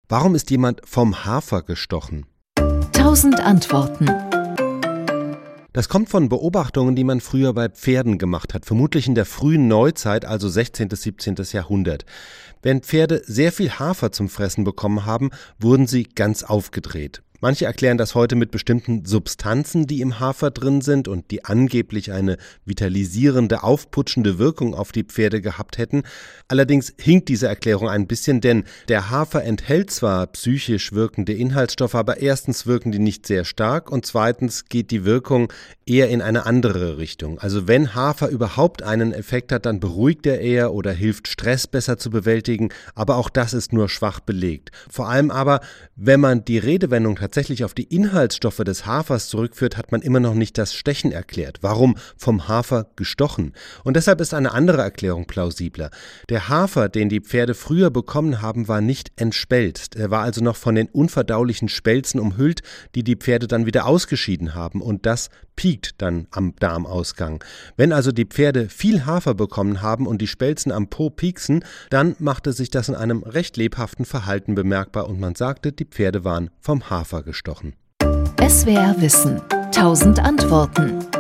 Warum ist jemand vom Hafer gestochen? 1000 Antworten. Das kommt von Beobachtungen, die man früher bei Pferden gemacht hat, vermutlich in der frühen Neuzeit, also 16. bis 17. Jahrhundert. Wenn Pferde sehr viel Hafer zum Fressen bekommen haben, wurden sie ganz aufgedreht. Manche erklären das heute mit bestimmten Substanzen, die im Hafer drin sind und die angeblich eine vitalisierende, aufputschende Wirkung auf die Pferde gehabt hätten. Allerdings hinkt diese Erklärung ein bisschen, denn der Hafer enthält zwar psychisch wirkende Inhaltsstoffe, aber erstens wirken die nicht sehr stark und zweitens geht die Wirkung eher in eine andere Richtung. Also wenn Hafer überhaupt einen Effekt hat, dann beruhigt er eher oder hilft Stress besser zu bewältigen, aber auch das ist nur schwach belegt. Vor allem aber, wenn man die Redewendung tatsächlich auf die Inhaltsstoffe des Hafers zurückführt, hat man immer noch nicht das Stechen erklärt. Warum vom Hafer gestochen? Und deshalb ist eine andere Erklärung plausibler. Der Hafer, den die Pferde früher bekommen haben, war nicht entspelzt. Er war also noch von den unverdaulichen Spelzen umhüllt, die die Pferde dann wieder ausgeschieden haben. Und das piekt dann am Darmausgang. Wenn also die Pferde viel Hafer bekommen haben und die Spelzen am Po pieksen, dann machte sich das in einem recht lebhaften Verhalten bemerkbar und man sagte, die Pferde waren vom Hafer gestochen. SWR Wissen. 1000 Antworten.